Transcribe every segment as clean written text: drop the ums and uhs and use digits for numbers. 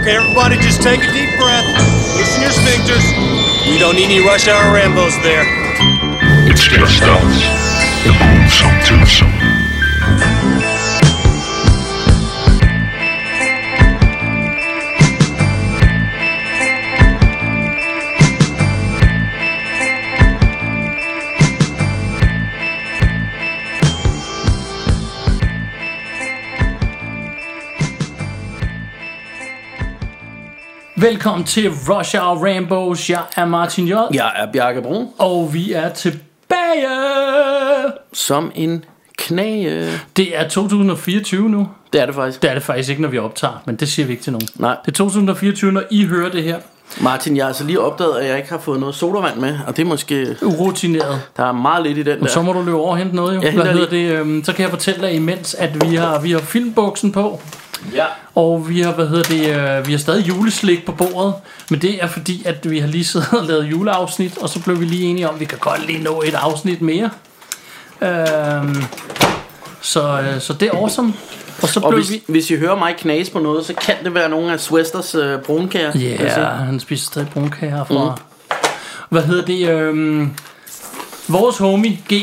Okay, everybody just take a deep breath. Loosen your sphincters. We don't need any rush hour Rambos there. It's just us. The gruesome twosome. Velkommen til Rush Hour Rambos. Jeg er Martin J. Jeg er Bjarke Brun. Og vi er tilbage som en knage. Det er 2024 nu. Det er det faktisk. Det er det faktisk ikke, når vi optager, men det siger vi ikke til nogen. Nej. Det er 2024, når I hører det her. Martin, jeg har altså lige opdaget, at jeg ikke har fået noget sodavand med. Og det er måske urutineret. Der er meget lidt i den der. Og så må du løbe over og hente noget jo. Hvad hedder det? Så kan jeg fortælle dig imens, at vi har filmbuksen på. Ja. Og vi har, vi har stadig juleslik på bordet. Men det er fordi, at vi har lige siddet og lavet juleafsnit. Og så blev vi lige enige om, at vi kan godt lige nå et afsnit mere. Så det er awesome. Og så blev hvis I hører mig knase på noget, så kan det være nogle af Swesters brunkager. Ja, yeah, han spiser stadig brunkager herfra. Hvad hedder det? Vores homie G,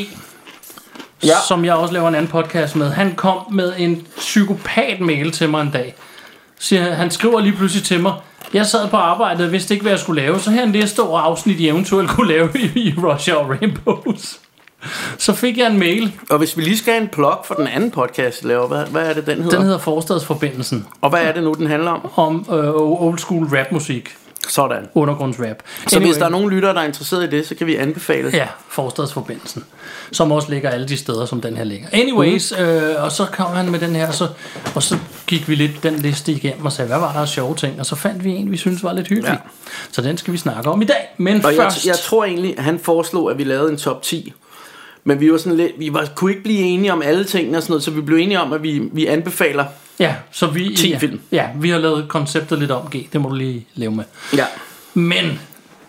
som jeg også laver en anden podcast med, han kom med en psykopat-mail til mig en dag. Han skriver lige pludselig til mig: jeg sad på arbejdet og vidste ikke, hvad jeg skulle lave, så her en liste over afsnit, I eventuelt kunne lave i Rush Hour Rambos. Så fik jeg en mail. Og hvis vi lige skal have en plug for den anden podcast, laver, hvad er det, den hedder? Den hedder Forstadsforbindelsen. Og hvad er det nu, den handler om? Om old school rapmusik. Sådan. Undergrundsrap. Så hvis der er nogen lyttere, der er interesseret i det, så kan vi anbefale. Ja, Forstadsforbindelsen, som også ligger alle de steder, som den her ligger. Anyways, og så kom han med den her, og så gik vi lidt den liste igennem og sagde, hvad var der af sjove ting? Og så fandt vi en, vi synes var lidt hyggelig. Ja. Så den skal vi snakke om i dag. Men og først... jeg tror egentlig, han foreslog, at vi lavede en top 10. Men vi var sådan lidt, kunne ikke blive enige om alle tingene og sådan noget, så vi blev enige om, at vi anbefaler. Ja, så vi 10 film. Ja, vi har lavet konceptet lidt om, G. Det må du lige leve med. Ja. Men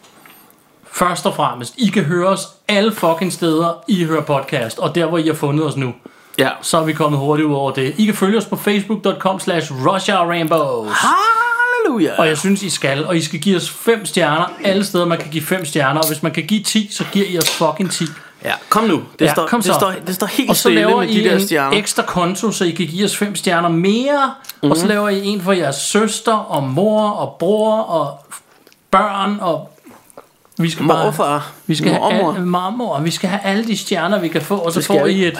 først og fremmest, I kan høre os alle fucking steder, I hører podcast, og der hvor I har fundet os nu. Ja. Så er vi kommet hurtigt ud over det. I kan følge os på facebook.com/RushHourRambos. Halleluja. Og jeg synes I skal, og I skal give os 5 stjerner alle steder man kan give 5 stjerner, og hvis man kan give 10, så giver I os fucking 10. Ja, kom nu. Det står helt stille med de der stjerner. Og så laver I en ekstra konto, så I kan give os 5 stjerner mere. Og så laver I en for jeres søster og mor og bror og børn og vi skal morfar. Vi skal have marmor. Vi skal have alle de stjerner vi kan få, og så får I et.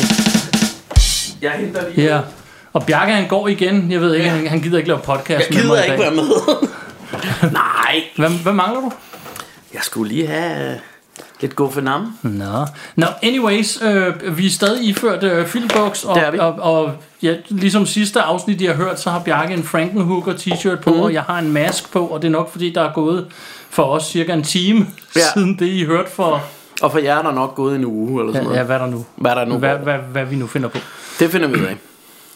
Jeg henter lige. Ja. Og Bjarke han går igen. Jeg ved ikke, han gider ikke lave podcast med mig. Jeg gider ikke være med. Nej. Hvad mangler du? Jeg skulle lige have lidt go for navn. Nå, anyways, vi er stadig iført filmboks, og ja, ligesom sidste afsnit, I har hørt, så har Bjarke en Frankenhooker t-shirt på, og jeg har en mask på, og det er nok fordi, der er gået for os cirka en time, siden det, I hørte for... Og for jer er der nok gået en uge, eller sådan noget. Ja, hvad er der nu? Hvad vi nu finder på. Det finder vi ud af.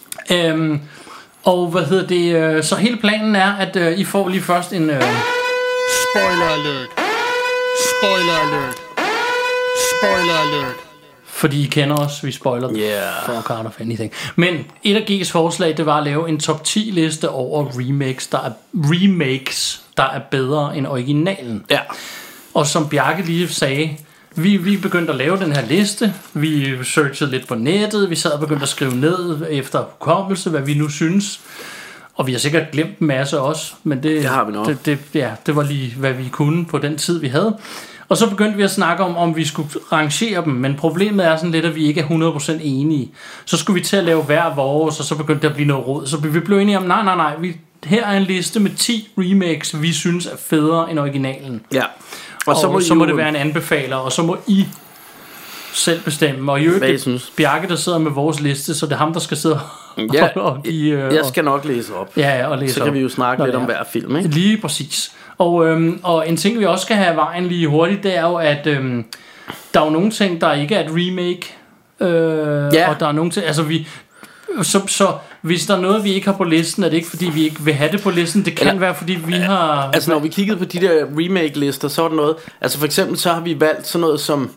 Og hvad hedder det, så hele planen er, at I får lige først en... Spoiler alert. Spoiler alert. Spoiler alert. Fordi I kender os, vi spoiler for Card of Anything. Men et af G's forslag, det var at lave en top 10 liste over remakes, der er bedre end originalen. Ja. Og som Bjarke lige sagde, vi begyndte at lave den her liste. Vi searchede lidt på nettet. Vi sad og begyndte at skrive ned efter hukommelse, hvad vi nu synes. Og vi har sikkert glemt en masse også. Men det har vi nok. Det var lige, hvad vi kunne på den tid, vi havde. Og så begyndte vi at snakke om vi skulle rangere dem. Men problemet er sådan lidt, at vi ikke er 100% enige. Så skulle vi til at lave hver vores, og så begyndte der at blive noget råd. Så vi blev enige om, nej. Her er en liste med 10 remakes, vi synes er federe end originalen. Ja. Og så må det være en anbefaler, og så må I selv bestemme. Og i øvrigt, Bjarke, der sidder med vores liste, så det er ham, der skal sidde og give... Jeg skal nok læse op. Ja, og læse så kan vi jo snakke lidt om hver film, ikke? Lige præcis. Og en ting, vi også skal have vejen lige hurtigt, det er jo, at der er jo nogle ting, der ikke er et remake. Og der er nogle ting... Altså, så hvis der er noget, vi ikke har på listen, er det ikke, fordi vi ikke vil have det på listen. Det kan være, fordi vi har... Altså, når vi kiggede på de der remake-lister, så er der noget... Altså, for eksempel, så har vi valgt sådan noget som...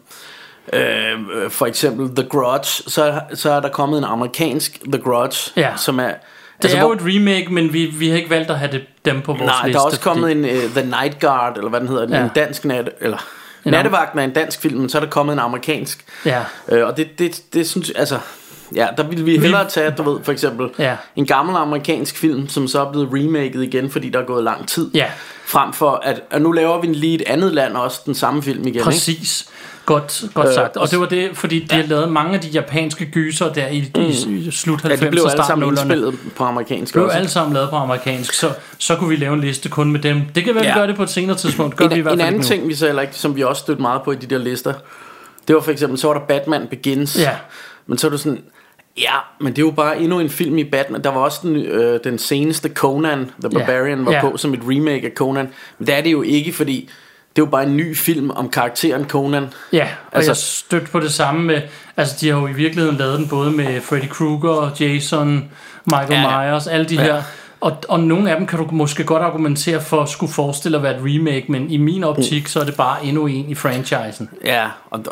for eksempel The Grudge. Så er der kommet en amerikansk The Grudge, som Det er jo et remake, men vi har ikke valgt at have dem på vores liste. Nej, der er også kommet en The Night Guard, eller hvad den hedder, en dansk nattevagten er en dansk film, men så er der kommet en amerikansk. Ja. Og det synes jeg, altså... Ja, der ville vi hellere tage, du ved, for eksempel en gammel amerikansk film, som så er blevet remaket igen, fordi der er gået lang tid. Ja. Frem for, at nu laver vi lige et andet land også, den samme film igen. Præcis. Ikke? Godt sagt. Og det var det, fordi de har lavet mange af de japanske gyser der i slut 90'erne. Ja, de blev alle sammen indspillet på amerikansk. Blev alle sammen lavet på amerikansk, så kunne vi lave en liste kun med dem. Det kan være, vi gør det på et senere tidspunkt. Gør vi i hvert fald en anden ting, vi så heller ikke, som vi også stødte meget på i de der lister, det var for eksempel, så var der Batman Begins. Ja. Men så er du sådan... Ja, men det er jo bare endnu en film i Batman. Der var også den seneste Conan The Barbarian var på som et remake af Conan. Men det er det jo ikke, fordi det er jo bare en ny film om karakteren Conan. Ja, og jeg stødte på det samme med... Altså, de har jo i virkeligheden lavet den både med Freddy Krueger, Jason, Michael Myers, alle de her... Og nogle af dem kan du måske godt argumentere for skulle forestille at være et remake, men i min optik så er det bare endnu en i franchisen. Ja,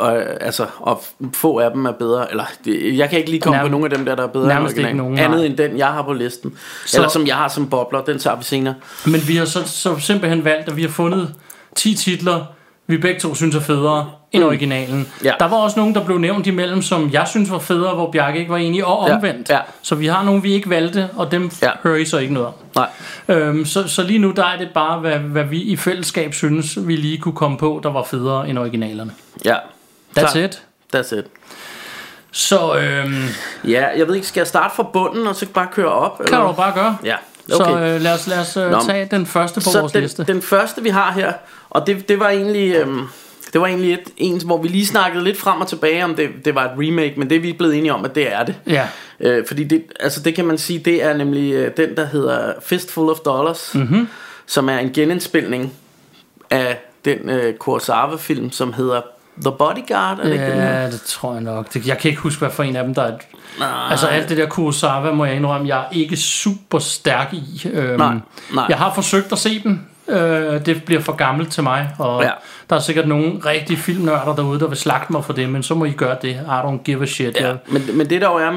og få af dem er bedre. Eller jeg kan ikke lige komme på nogle af dem der er bedre end originalen. Andet end den jeg har på listen. Eller som jeg har som bobler, den tager vi senere. Men vi har så simpelthen valgt, at vi har fundet 10 titler, vi begge to synes er federe end originalen. Ja. Der var også nogen, der blev nævnt imellem, som jeg synes var federe, hvor Bjarke ikke var enig, og omvendt. Ja. Så vi har nogle, vi ikke valgte, og dem hører I så ikke noget om. Nej. Så lige nu, der er det bare, hvad vi i fællesskab synes, vi lige kunne komme på, der var federe end originalerne. Ja. That's it. That's it. Så ja, jeg ved ikke, skal jeg starte fra bunden, og så bare køre op? Kan du bare gøre. Ja. Okay. Så lad os tage den første på vores liste. Den første vi har her, og det var egentlig det var egentlig en hvor vi lige snakkede lidt frem og tilbage om det var et remake, men det er vi blevet enige om at det er det. Ja. Fordi det kan man sige, det er nemlig den der hedder Fistful of Dollars, som er en genindspilning af den Kurosawa film, som hedder The Bodyguard. Er det ikke det? Det tror jeg nok. Jeg kan ikke huske hvad for en af dem der er. Altså alt det der Kurosawa må jeg indrømme, jeg er ikke super stærk i. Nej. Jeg har forsøgt at se dem. Det bliver for gammelt til mig, og der er sikkert nogle rigtige filmnørder derude, der vil slagte mig for det, men så må I gøre det. I don't give a shit. Ja. Men det der jo er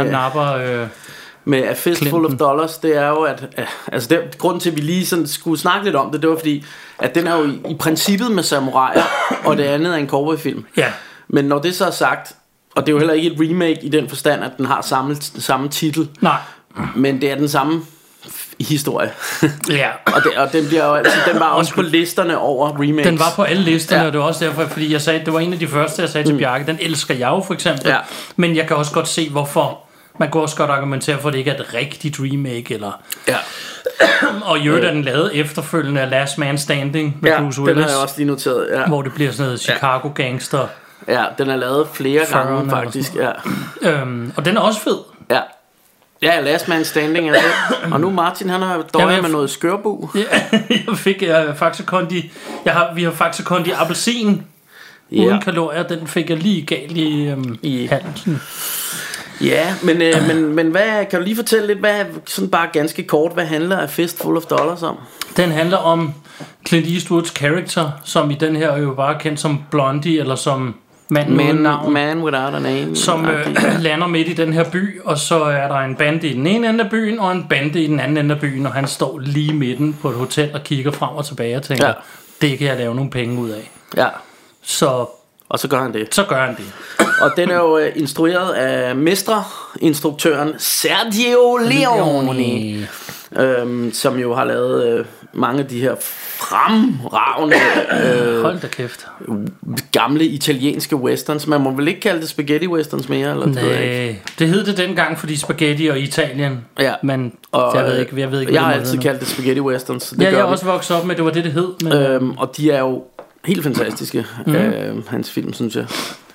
med A Fistful of Dollars, det er jo altså grunden til at vi lige sådan skulle snakke lidt om det var fordi at den er jo i princippet med samuraier, og det andet er en cowboyfilm. Ja. Men når det så er sagt, og det er jo heller ikke et remake i den forstand at den har samme titel. Nej. Men det er den samme historie. Ja. og den bliver jo altid, den var også på listerne over remakes. Den var på alle listerne, og det var også derfor, fordi jeg sagde, det var en af de første, jeg sagde til Bjarke, den elsker jeg jo for eksempel. Ja. Men jeg kan også godt se hvorfor. Man kan også godt argumentere for, at det ikke er et rigtigt remake eller. Ja. Og i øvrigt er den lavet efterfølgende af Last Man Standing med Bruce Willis. Den har jeg også lige noteret. Ja. Hvor det bliver sådan noget Chicago gangster. Ja, den er lavet flere gange faktisk. Ja. Og den er også fed. Ja. Ja, Last Man Standing er det. Og nu Martin, han har døjet med noget skørbu. Ja, jeg fik Faxe Kondi. Vi har Faxe Kondi appelsin uden kalorier. Den fik jeg lige galt i halsen. Ja, men hvad kan du lige fortælle lidt, hvad sådan bare ganske kort, hvad handler A Fistful of Dollars om? Den handler om Clint Eastwoods character, som i den her er jo bare kendt som Blondie eller som Man Without a Name, som lander midt i den her by, og så er der en bande i den ene ende af byen og en bande i den anden ende af byen, og han står lige midten på et hotel og kigger frem og tilbage og tænker, det kan jeg lave nogle penge ud af. Ja. Og så gør han det. Og den er jo instrueret af instruktøren Sergio Leone, som jo har lavet mange af de her fremragende hold da kæft gamle italienske westerns. Man må vel ikke kalde det spaghetti westerns mere, eller? Nej, det hed det dengang, fordi spaghetti og Italien. Ja. Men jeg ved ikke. Jeg har altid kaldt det spaghetti westerns. Det jeg er også vokset op med, det var det hed. Men og de er jo helt fantastiske. Hans film, synes jeg.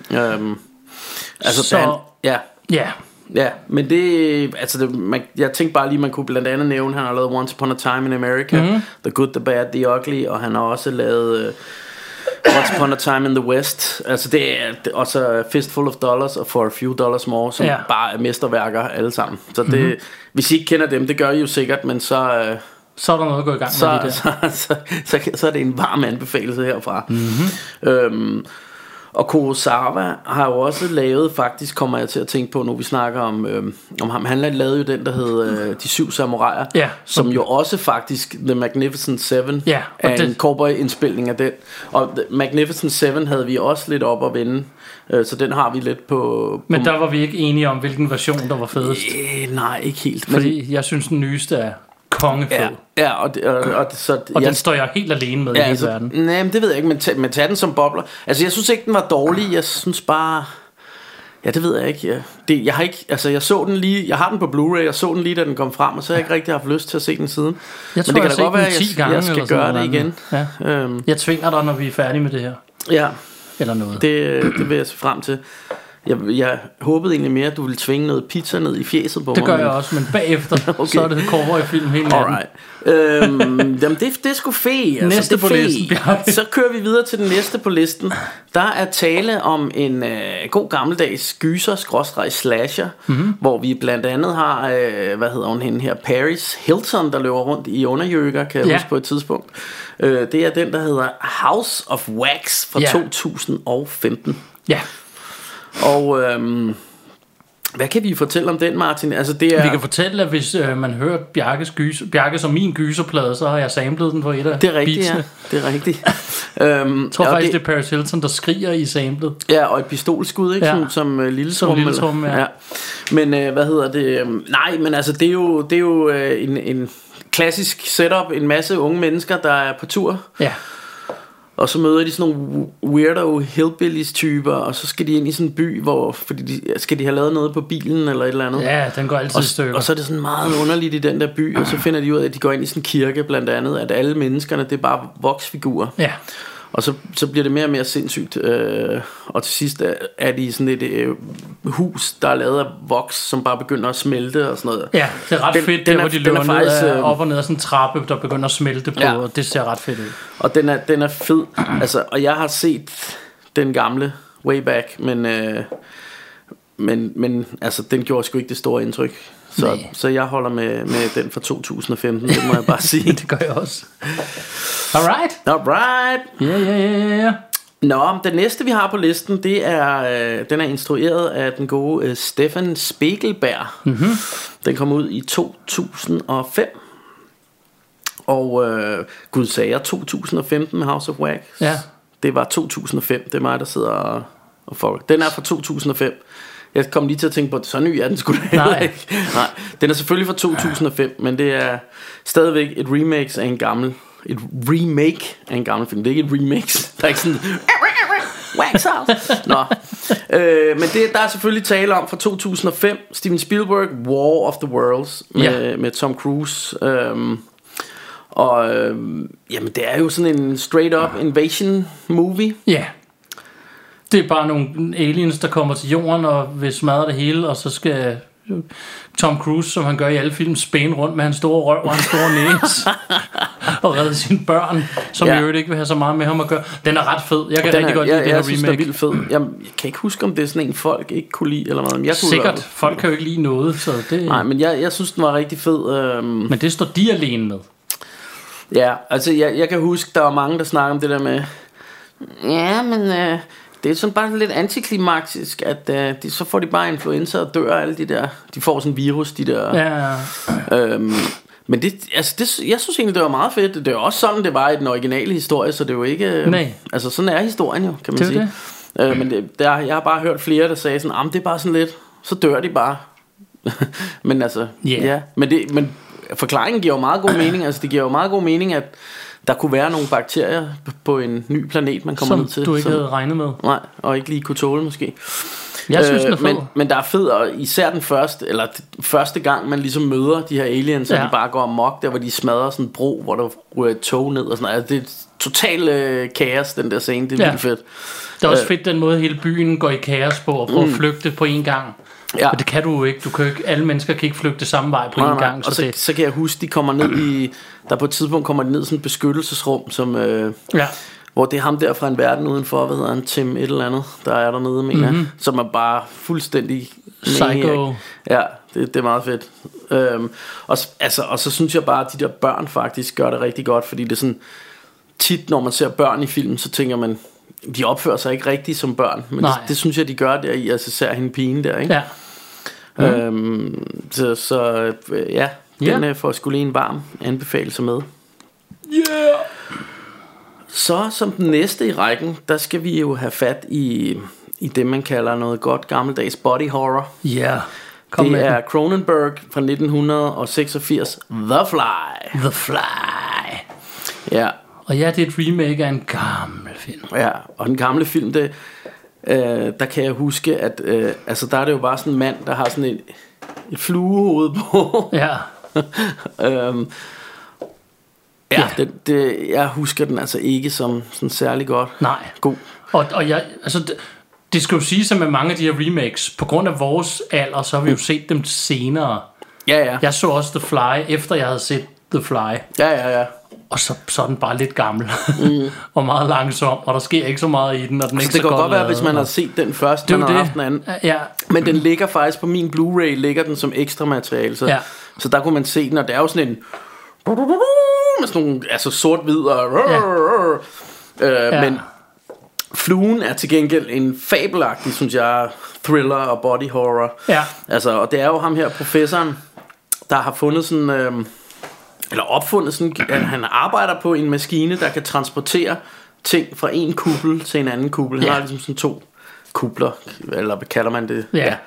Ja, men det, altså jeg tænkte bare lige, man kunne blandt andet nævne, han har lavet Once Upon a Time in America, The Good, The Bad, The Ugly, og han har også lavet Once Upon a Time in the West. Altså det er også Fistful of Dollars og For a Few Dollars More, som bare er mesterværker alle sammen. Så det, hvis I ikke kender dem, det gør I jo sikkert, men så er der noget at gå i gang med så er det en varm anbefaling herfra. Og Kurosawa har jo også lavet, faktisk kommer jeg til at tænke på, nu vi snakker om ham. Han lavede jo den, der hed De 7 Samuraier, som jo også faktisk The Magnificent Seven er en cowboy-indspilning af den. Og The Magnificent Seven havde vi også lidt op at vende, så den har vi lidt på... Men der var vi ikke enige om, hvilken version der var fedest. Nej, ikke helt. Fordi jeg synes, den nyeste er kongefed. Ja, og den står jeg helt alene med i hele verden. Nej, men det ved jeg ikke, men tag den som bobler. Altså, jeg synes ikke, den var dårlig. Jeg synes bare... Ja, det ved jeg ikke. Jeg har ikke... Altså, jeg så den lige... Jeg har den på Blu-ray. Jeg så den lige, da den kom frem, og så har jeg ikke rigtig haft lyst til at se den siden. Jeg tror, men det kan da godt være, at jeg skal gøre det igen. Ja. Jeg tvinger dig, når vi er færdige med det her. Ja. Eller noget. Det vil jeg se frem til. Jeg håbede egentlig mere, at du ville tvinge noget pizza ned i fjeset på mig. Det gør jeg også, men bagefter okay. Så er det cowboy-film hele natten. Jamen det er sgu fedt. Altså, næste på listen. Så kører vi videre til den næste på listen. Der er tale om en god gammeldags gyser-slasher, hvor vi blandt andet har, hvad hedder hun hende her, Paris Hilton, der løber rundt i underjøkker, kan jeg huske på et tidspunkt. Det er den, der hedder House of Wax fra 2015. Ja. Og hvad kan vi fortælle om den, Martin? Altså, det er... Vi kan fortælle, at hvis man hører Bjarke som min gyserplade, så har jeg samlet den på et af beatsene. Det er rigtigt. Jeg tror faktisk, det er Paris Hilton, der skriger i samlet. Ja, og et pistolskud, ikke? Som lille trum, ja. Men hvad hedder det? Nej, men altså, det er jo en klassisk setup. En masse unge mennesker, der er på tur. Ja. Og så møder de sådan nogle weirdo hillbillies typer, og så skal de ind i sådan en by, skal de have lavet noget på bilen eller et eller andet. Ja, den går altid i stykker. Og så er det sådan meget underligt i den der by, og så finder de ud af, at de går ind i sådan en kirke blandt andet, at alle menneskerne, det er bare voksfigurer. Ja. Og så bliver det mere og mere sindssygt. Og til sidst er de i sådan et hus, der er lavet af voks, som bare begynder at smelte og sådan noget. Ja, det er ret fedt, hvor de løber ned op og ned af sådan en trappe, der begynder at smelte på, og det ser ret fedt ud. Og den er fed. Altså, og jeg har set den gamle way back, men altså, den gjorde sgu ikke det store indtryk. Så jeg holder med den fra 2015, det må jeg bare sige. Det gør jeg også. Alright. Ja. Nå, den næste vi har på listen, den er instrueret af den gode Stefan Spiegelberg. Den kom ud i 2005. Og Gud sager 2015 med House of Wax. Ja. Det var 2005. Det er mig, der sidder og folk. Den er fra 2005. Jeg kom lige til at tænke på, at så ny er den sgu da heller ikke. Nej, den er selvfølgelig fra 2005, men det er stadigvæk et remake af en gammel film. Det er ikke et remix. Der er ikke sådan Wax House. Nå. Men der er selvfølgelig tale om fra 2005 Steven Spielberg, War of the Worlds med Tom Cruise. Jamen det er jo sådan en straight up invasion movie. Ja. Det er bare nogle aliens, der kommer til jorden og vil smadre det hele, og så skal Tom Cruise, som han gør i alle film, spæne rundt med hans store røv og hans store næse og redde sine børn, som i øvrigt ikke vil have så meget med ham at gøre. Den er ret fed. Jeg kan rigtig godt lide den her remake. Den er vildt fed. Jeg kan ikke huske, om det er sådan en folk ikke kunne lide eller noget. Sikkert. Folk kan jo ikke lide noget, så det... Nej, men jeg synes, den var rigtig fed. Men det står de alene med. Ja, altså jeg kan huske, der var mange, der snakker om det der med... Ja, men... det er sådan bare lidt antiklimaktisk, at så får de bare influenza og dør alle de der. De får sådan en virus, de der. Ja. Men jeg synes egentlig, det var meget fedt. Det er også sådan, det var i den originale historie, så det er jo ikke... Nej. Altså sådan er historien jo, kan man sige. Men jeg har bare hørt flere, der sagde sådan, det er bare sådan lidt, så dør de bare. Men altså, ja. Men forklaringen giver jo meget god mening. Altså det giver jo meget god mening, at der kunne være nogle bakterier på en ny planet, man kommer ned til. Som du ikke havde regnet med. Nej, og ikke lige kunne tåle måske. Jeg synes, den er fed. Men der er fed, og især den første gang, man ligesom møder de her aliens, og de bare går amok, der hvor de smadrer sådan en bro, hvor der ryger et tog ned og sådan noget. Altså, det er total kaos, den der scene. Det er vildt fedt. Det er også fedt, den måde hele byen går i kaos på, og prøver at flygte på en gang. Ja. Men det kan du jo ikke. Alle mennesker kan ikke flygte samme vej på en gang. Og så kan jeg huske, de kommer ned i... Der på et tidspunkt kommer de ned i sådan et beskyttelsesrum, som... Hvor det er ham der fra en verden udenfor, hvad hedder han, Tim et eller andet, der er dernede, mener jeg, som er bare fuldstændig... Psycho. Ja, det er meget fedt. Og så synes jeg bare, at de der børn faktisk gør det rigtig godt, fordi det er sådan... Tit, når man ser børn i film, så tænker man... de opfører sig ikke rigtigt som børn. Men det synes jeg, de gør der i, altså især hende pigen der, ikke? Ja. Den får sgu lige en varm anbefalelse med. Yeah. Så som den næste i rækken, der skal vi jo have fat i det, man kalder noget godt gammeldags body horror. Ja. Yeah. Det er Cronenberg fra 1986, The Fly. The Fly. Ja. Og ja, det er et remake af en gammel film. Ja, og den gamle film, der kan jeg huske, at altså der er det jo bare sådan en mand, der har sådan et fluehoved på. Ja. Jeg husker den altså ikke som sådan særlig godt. Nej. God. Og jeg, altså det skal jo sige, at med mange af de her remakes, på grund af vores alder, så har vi jo set dem senere. Ja. Jeg så også The Fly, efter jeg havde set The Fly. Ja. Og så er den bare lidt gammel. Og meget langsom, og der sker ikke så meget i den, og den er ikke så godt. Det kan godt være, hvis man har set den først, man har haft den anden. Ja. Men den ligger faktisk på min Blu-ray, ligger den som ekstra materiale. Så der kunne man se den, og det er jo sådan en med sådan nogle, altså sort-hvid og men Fluen er til gengæld en fabelagtig, synes jeg, thriller og body horror. Ja. Altså, og det er jo ham her, professoren, der har fundet sådan eller opfundet sådan, han arbejder på en maskine, der kan transportere ting fra en kuppel til en anden kuppel. Han har ligesom sådan 2 kupler, eller hvad kalder man det? Ja.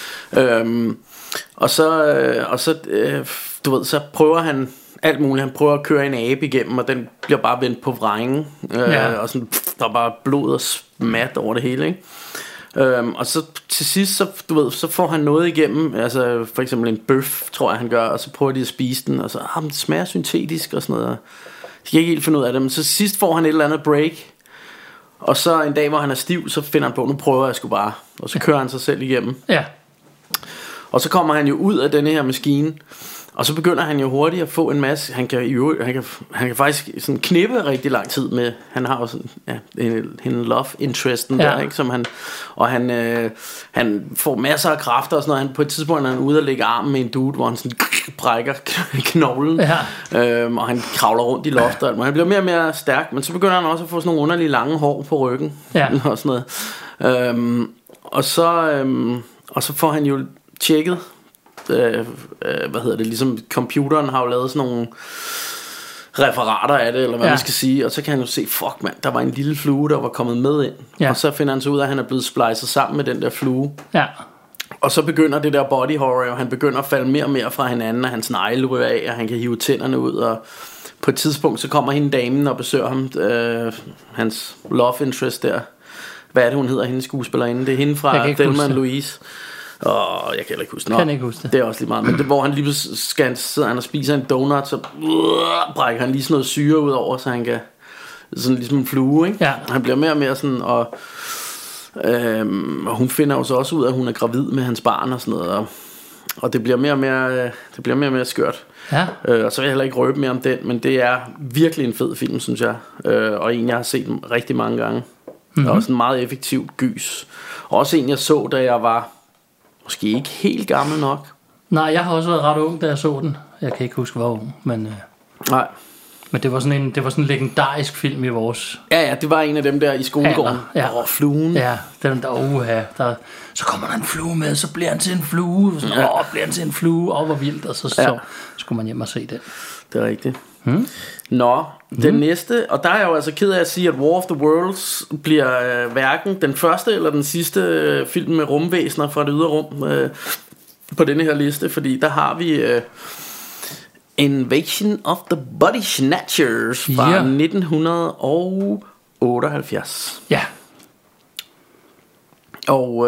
Og så du ved, så prøver han alt muligt. Han prøver at køre en abe igennem, og den bliver bare vendt på vrængen. Og sådan, der er bare blod og smat over det hele, ikke? Og så til sidst, så får han noget igennem. Altså for eksempel en bøf, tror jeg han gør. Og så prøver de at spise den, og så det smager syntetisk og sådan noget. De kan ikke helt finde ud af det. Men så sidst får han et eller andet break. Og så en dag, hvor han er stiv, så finder han på, nu prøver jeg sgu bare. Og så kører han sig selv igennem. Ja. Og så kommer han jo ud af denne her maskine, og så begynder han jo hurtigt at få en masse. Han kan faktisk sådan knippe rigtig lang tid med. Han har jo sådan en love interesten der, ikke, som han får masser af kræfter og sådan noget. Han på et tidspunkt er han ude og lægge armen med en dude, hvor han sådan brækker knoglen, og han kravler rundt i loftet. Og han bliver mere og mere stærk, men så begynder han også at få sådan nogle underlige lange hår på ryggen og sådan noget. Og så får han jo tjekket, ligesom computeren har jo lavet sådan nogle referater af det, eller hvad man skal sige, og så kan han jo se, fuck mand, der var en lille flue, der var kommet med ind, og så finder han så ud af, at han er blevet splicet sammen med den der flue, og så begynder det der body horror, og han begynder at falde mere og mere fra hinanden, og hans negle ryger af, og han kan hive tænderne ud, og på et tidspunkt, så kommer hende damen og besøger ham, hans love interest der. Hvad er det, hun hedder, hendes skuespillerinde? Det er hende fra Thelma and Louise. Og jeg kan ikke huske det. Det er også lige meget. Men det, hvor han lige skal sidde han og spiser en donut, så brækker han lige sådan noget syre ud over, så han kan sådan ligesom en flue, ikke? Ja. Han bliver mere og mere sådan, og hun finder jo så også ud af, at hun er gravid med hans barn og sådan noget, og det bliver mere og mere skørt. Ja. Og så vil jeg heller ikke røbe mere om den, men det er virkelig en fed film, synes jeg, og en jeg har set rigtig mange gange. Mm-hmm. Og også en meget effektiv gys. Også en jeg så, da jeg var måske ikke helt gammel nok. Nej, jeg har også været ret ung, da jeg så den. Jeg kan ikke huske, hvor ung, men nej. Men det var sådan en legendarisk film i vores. Ja, det var en af dem der i skolegården. Fluen. Ja, den der så kommer der en flue med, så bliver han til en flue. Sådan, bliver han til en flue, hvor vildt, og så skulle man hjem og se det. Det er rigtigt. Den næste, og der er jeg jo altså ked af at sige, at War of the Worlds bliver hverken den første eller den sidste film med rumvæsener fra det ydre rum på denne her liste, fordi der har vi Invasion of the Body Snatchers fra 1978. Ja. Og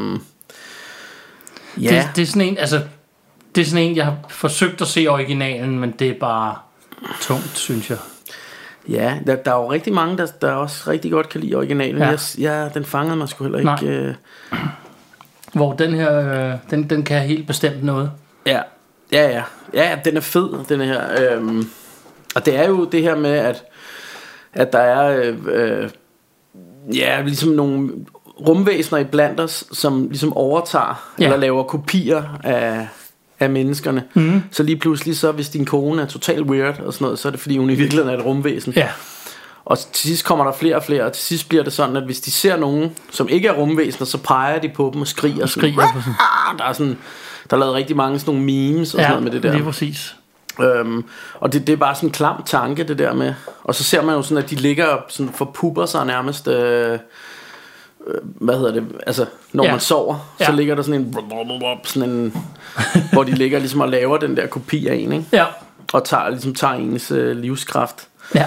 det er sådan en, altså det er sådan en, jeg har forsøgt at se originalen, men det er bare tungt, synes jeg. Ja, der er jo rigtig mange, der også rigtig godt kan lide originalen. Den fangede mig sgu heller ikke. Hvor den her, den kan helt bestemt noget. Ja, den er fed, den her. Og det er jo det her med, at der er ligesom nogle rumvæsener i blandt os, som ligesom overtager eller laver kopier af menneskerne. Så lige pludselig så, hvis din kone er totalt weird og sådan noget, så er det fordi hun i virkeligheden er et rumvæsen. Og til sidst kommer der flere og flere, og til sidst bliver det sådan, at hvis de ser nogen, som ikke er rumvæsener, så peger de på dem og skriger. Der er sådan, der er lavet rigtig mange sådan nogle memes og sådan noget med det der. Lige præcis. Og det er bare sådan en klam tanke, det der med. Og så ser man jo sådan, at de ligger sådan forpupper sig nærmest. Hvad hedder det? Altså, når man sover, så ligger der sådan en hvor de ligger ligesom og laver den der kopi af en, ikke? Ja. Og tager ens livskraft. Ja.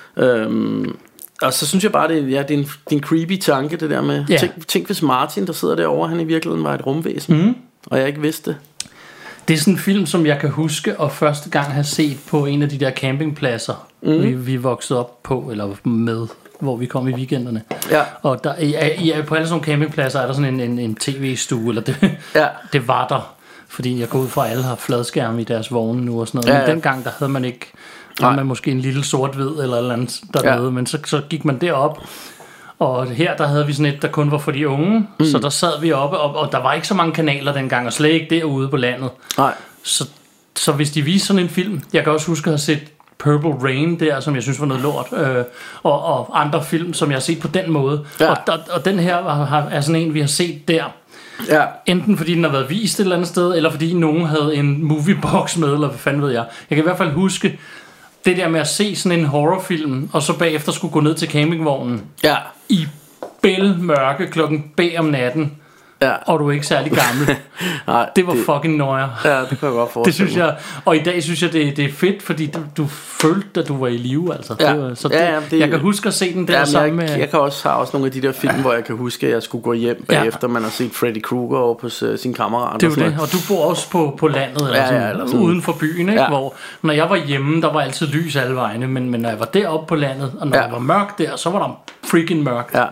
Og så synes jeg bare, det er en creepy tanke, det der med. Tænk hvis Martin, der sidder derovre, han i virkeligheden var et rumvæsen, og jeg ikke vidste det. Det er sådan en film, som jeg kan huske og første gang have set på en af de der campingpladser, vi voksede op på, eller med, hvor vi kom i weekenderne. Ja. Og der, på alle sådan nogle campingpladser er der sådan en tv-stue, eller det var der. Fordi jeg går ud fra, at alle har fladskærme i deres vogne nu og sådan noget. Men dengang, der havde man ikke, man måske en lille sort-hvid eller et eller andet dernede. Men så gik man derop. Og her der havde vi sådan et, der kun var for de unge. Så der sad vi oppe, og der var ikke så mange kanaler dengang, og slet ikke derude på landet. Nej. Så hvis de viste sådan en film, jeg kan også huske at have set Purple Rain der, som jeg synes var noget lort, og andre film, som jeg har set på den måde. Og den her er sådan en, vi har set der. Ja. Enten fordi den har været vist et eller andet sted, eller fordi nogen havde en moviebox med, eller hvad fanden ved jeg. Jeg kan i hvert fald huske det der med at se sådan en horrorfilm, og så bagefter skulle gå ned til campingvognen i bælmørke klokken B om natten, og du er ikke særlig gammel. Nej, det var fucking nøjer. Ja, det kan jeg godt forstå. Det synes jeg, og i dag synes jeg det er fedt, fordi du følte at du var i live, altså. Jeg kan huske at se den der sammen med. Jeg kan også have nogle af de der film, hvor jeg kan huske at jeg skulle gå hjem bagefter man har set Freddy Krueger over på sin kammerat. Det er jo det, og du bor også på landet eller sådan, uden for byen, ikke? Hvor når jeg var hjemme, der var altid lys alle vegne, men når jeg var deroppe på landet, og når jeg var mørkt der, så var der freaking mørkt. Ja.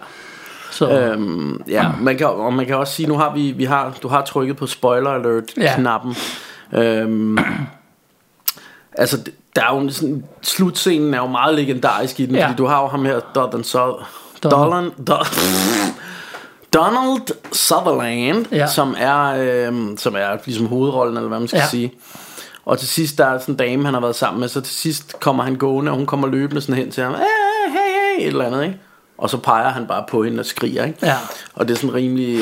Man kan også sige, nu har du har trykket på spoiler alert knappen. Altså der er jo sådan, slutscenen er jo meget legendarisk i den, fordi du har jo ham her Donald Sutherland, som er ligesom hovedrollen, eller hvad man skal sige. Og til sidst der er sådan en dame han har været sammen med, så til sidst kommer han gående, og hun kommer løbende sådan hen til ham, hey, et eller andet, ikke? Og så peger han bare på hende og skriger, ikke? Ja. Og det er sådan rimelig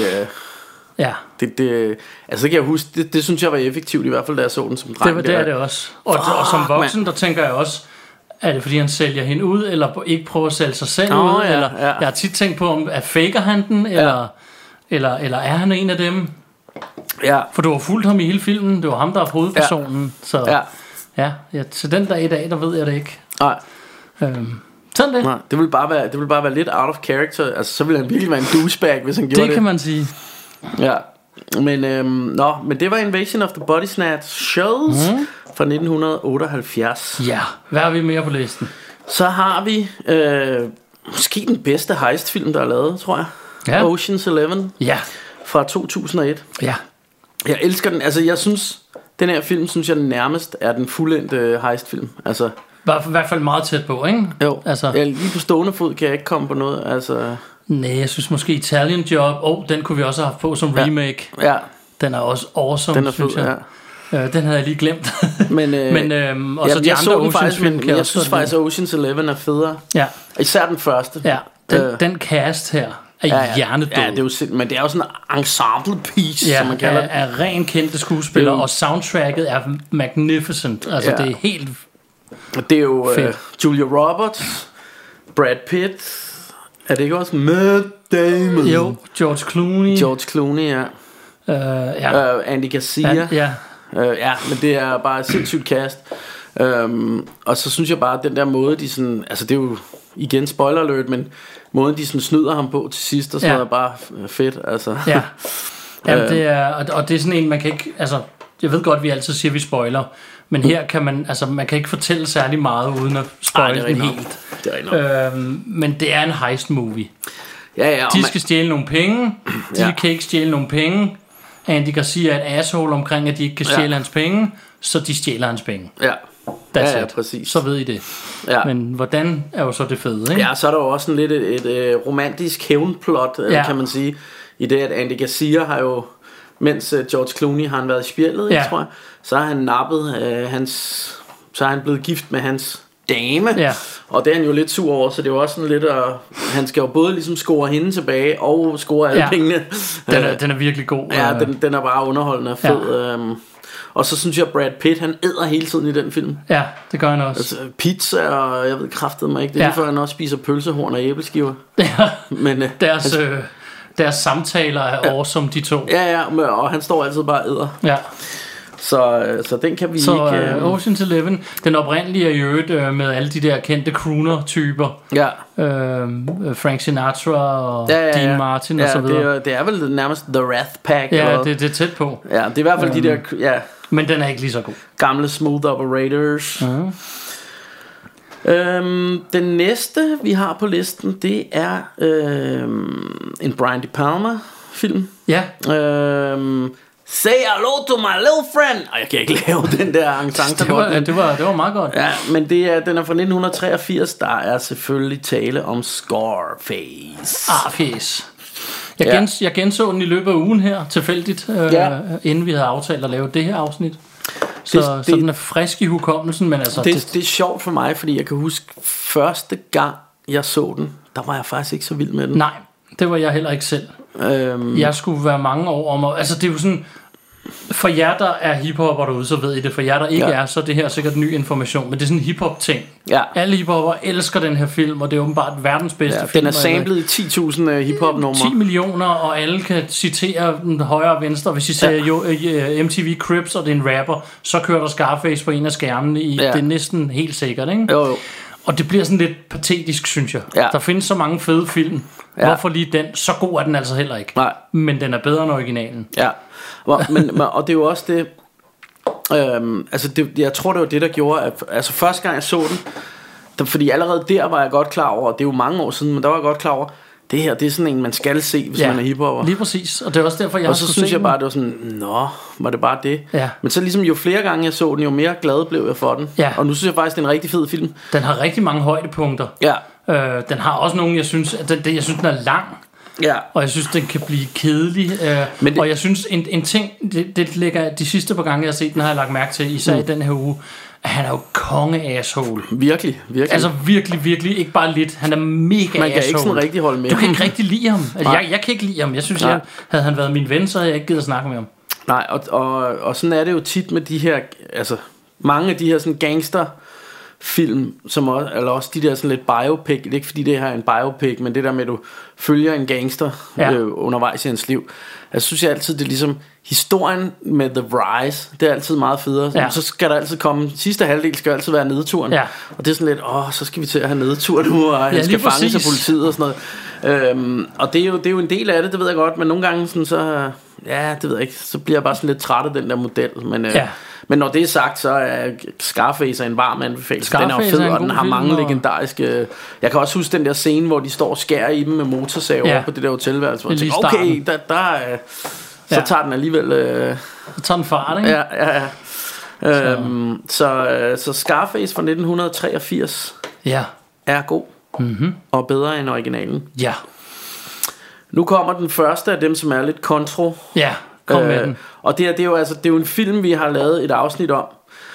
altså kan jeg huske, det synes jeg var effektivt, i hvert fald da jeg så den som dreng. Det er det også. Og som voksen, der tænker jeg også, er det fordi han sælger hende ud, eller ikke prøver at sælge sig selv ud, eller jeg har tit tænkt på, om faker han den, eller er han en af dem? Ja. For du har fulgt ham i hele filmen, det var ham der er hovedpersonen, så så den dag i dag, der ved jeg det ikke. Nej. Sådan det. Nej, det vil bare være lidt out of character. Altså så ville han virkelig være en douchebag, hvis han gjorde det. Det kan man sige. Ja. Men det var Invasion of the Body Snatch Shows fra 1978. Ja. Hvad har vi mere på listen? Så har vi måske den bedste heistfilm der er lavet, tror jeg. Ja. Ocean's 11. Ja. Fra 2001. Ja. Jeg elsker den. Altså jeg synes den her film synes jeg nærmest er den fuldendte heistfilm. Altså i hvert fald meget tæt på, ikke? Jo, altså lige på stående fod kan jeg ikke komme på noget, altså. Nej, jeg synes måske Italian Job, den kunne vi også have haft på som remake. Ja. Den er også awesome, den er fed, synes jeg. Ja. Den havde jeg lige glemt. Men og så de andre Oceans film, jeg synes faktisk at Ocean's 11 er federe. Ja. Især den første. Ja. Den cast her er hjernedød. Ja, det er jo men det er jo sådan en ensemble piece, som man kalder det. Er ren kendte skuespillere, og soundtracket er magnificent. Altså det er helt. Det er jo Julia Roberts, Brad Pitt. Er det ikke også Matt Damon? Jo, George Clooney, ja. Andy Garcia. Ja, men det er bare et sindssygt cast. Og så synes jeg bare at den der måde de sådan, altså det er jo igen spoiler alert, men måden de sådan snyder ham på til sidst og sådan noget er bare fedt, altså. Ja. Jamen det er, og det er sådan en man kan ikke, altså jeg ved godt vi altid siger vi spoiler, men her kan man kan ikke fortælle særlig meget uden at spoile den helt. Men det er en heist movie. Ja, de skal stjæle nogle penge. De kan ikke stjæle nogle penge. Andy Garcia er et asshole omkring at de ikke kan stjæle hans penge, så de stjæler hans penge. Ja, præcis. Så ved I det. Ja. Men hvordan er jo så det fede, ikke? Ja, så er der jo også sådan lidt et romantisk hævnplot, kan man sige, i det at Andy Garcia har jo, mens George Clooney har han været i spjældet, tror jeg, så har han nappet så er han blevet gift med hans dame. Ja. Og det er han jo lidt sur over, så det er jo også sådan lidt han skal jo både ligesom score hende tilbage og score alle pengene. Den er virkelig god. Ja, den er bare underholdende og fed. Ja. Og så synes jeg Brad Pitt, han æder hele tiden i den film. Ja, det gør han også. Altså, pizza, og jeg ved kraftedeme ikke. Det er lige før han også spiser pølsehorn og æbleskiver. Ja, men deres samtaler er awesome, de to. Ja, og han står altid bare og æder. Ja. Så den kan vi ikke... Ocean's 11, den oprindelige er i øvrigt med alle de der kendte crooner-typer. Ja. Frank Sinatra og Dean Martin og så videre. Det er vel nærmest The Wrath Pack. Ja, det er tæt på. Ja, det er i hvert fald de der... Ja, men den er ikke lige så god. Gamle smooth operators. Den næste vi har på listen, det er en Brian De Palma film. Ja. Say hello to my little friend. Og jeg kan ikke lave den der accent. Det var meget godt. Ja, men den er fra 1983. Der er selvfølgelig tale om Scarface. Fjes. Jeg genså den i løbet af ugen her tilfældigt, inden vi havde aftalt at lave det her afsnit. Så den er frisk i hukommelsen, men altså det er sjovt for mig, fordi jeg kan huske første gang jeg så den, der var jeg faktisk ikke så vild med den. Nej, det var jeg heller ikke selv. Jeg skulle være mange år om, altså det er jo sådan, for jer der er hiphopper derude, så ved I det. For jer der ikke er, så er det her sikkert ny information. Men det er sådan en hiphop ting. Alle hiphopper elsker den her film, og det er åbenbart verdens bedste film. Den er samlet i 10.000 hiphop numre. 10 millioner, og alle kan citere den højre og venstre. Hvis I ser MTV Cribs, og det er en rapper, så kører der Scarface på en af skærmene. Det er næsten helt sikkert, ikke? Jo. Og det bliver sådan lidt patetisk, synes jeg. Der findes så mange fede film. Hvorfor lige den? Så god er den altså heller ikke. Nej. Men den er bedre end originalen. Ja. Men og det er jo også det. Jeg tror det var det der gjorde at, altså første gang jeg så den, fordi allerede der var jeg godt klar over. Det er jo mange år siden, men der var jeg godt klar over. Det her, det er sådan en man skal se, hvis man er hiphopper. Lige præcis. Og det er også derfor jeg og så synes jeg bare det var sådan, var det bare det. Men så ligesom jo flere gange jeg så den, jo mere glad blev jeg for den. Og nu synes jeg faktisk det er en rigtig fed film. Den har rigtig mange højdepunkter. Den har også nogle, jeg synes den er lang. Og jeg synes den kan blive kedelig. Og jeg synes en ting, det ligger de sidste par gange jeg har set den, har jeg lagt mærke til, især i den her uge, at han er jo konge-asshole. Virkelig. Altså virkelig, ikke bare lidt. Han er mega asshole. Man kan ikke sådan rigtig holde med. Du kan ikke rigtig lide ham. Altså, jeg kan ikke lide ham. Jeg synes, havde han været min ven, så havde jeg ikke givet at snakke med ham. Nej, og sådan er det jo tit med de her, altså mange af de her sådan gangster film, som også, eller også de der sådan lidt biopic. Det er ikke fordi det her er en biopic, men det der med at du følger en gangster undervejs i hans liv. Jeg synes altid det er ligesom historien med The Rise. Det er altid meget federe. Så skal der altid komme, sidste halvdel skal altid være nedturen. Og det er sådan lidt, så skal vi til at have nedtur nu, og han skal fanges af politiet og sådan noget. Og det er jo en del af det, det ved jeg godt. Men nogle gange sådan, så det ved jeg ikke, så bliver jeg bare sådan lidt træt af den der model. Men når det er sagt, så er Scarface en varm anbefaling. Den er jo fed, og den har mange legendariske. Jeg kan også huske den der scene, hvor de står og skærer i dem med motorsaver på det der hotelværelse. Hvor jeg tænker, okay, så tager den alligevel. Så tager den fart, ikke? Ja. Så Scarface fra 1983 er god og bedre end originalen. Ja. Nu kommer den første af dem, som er lidt kontro. Ja. Kom med den. Og det er jo en film vi har lavet et afsnit om.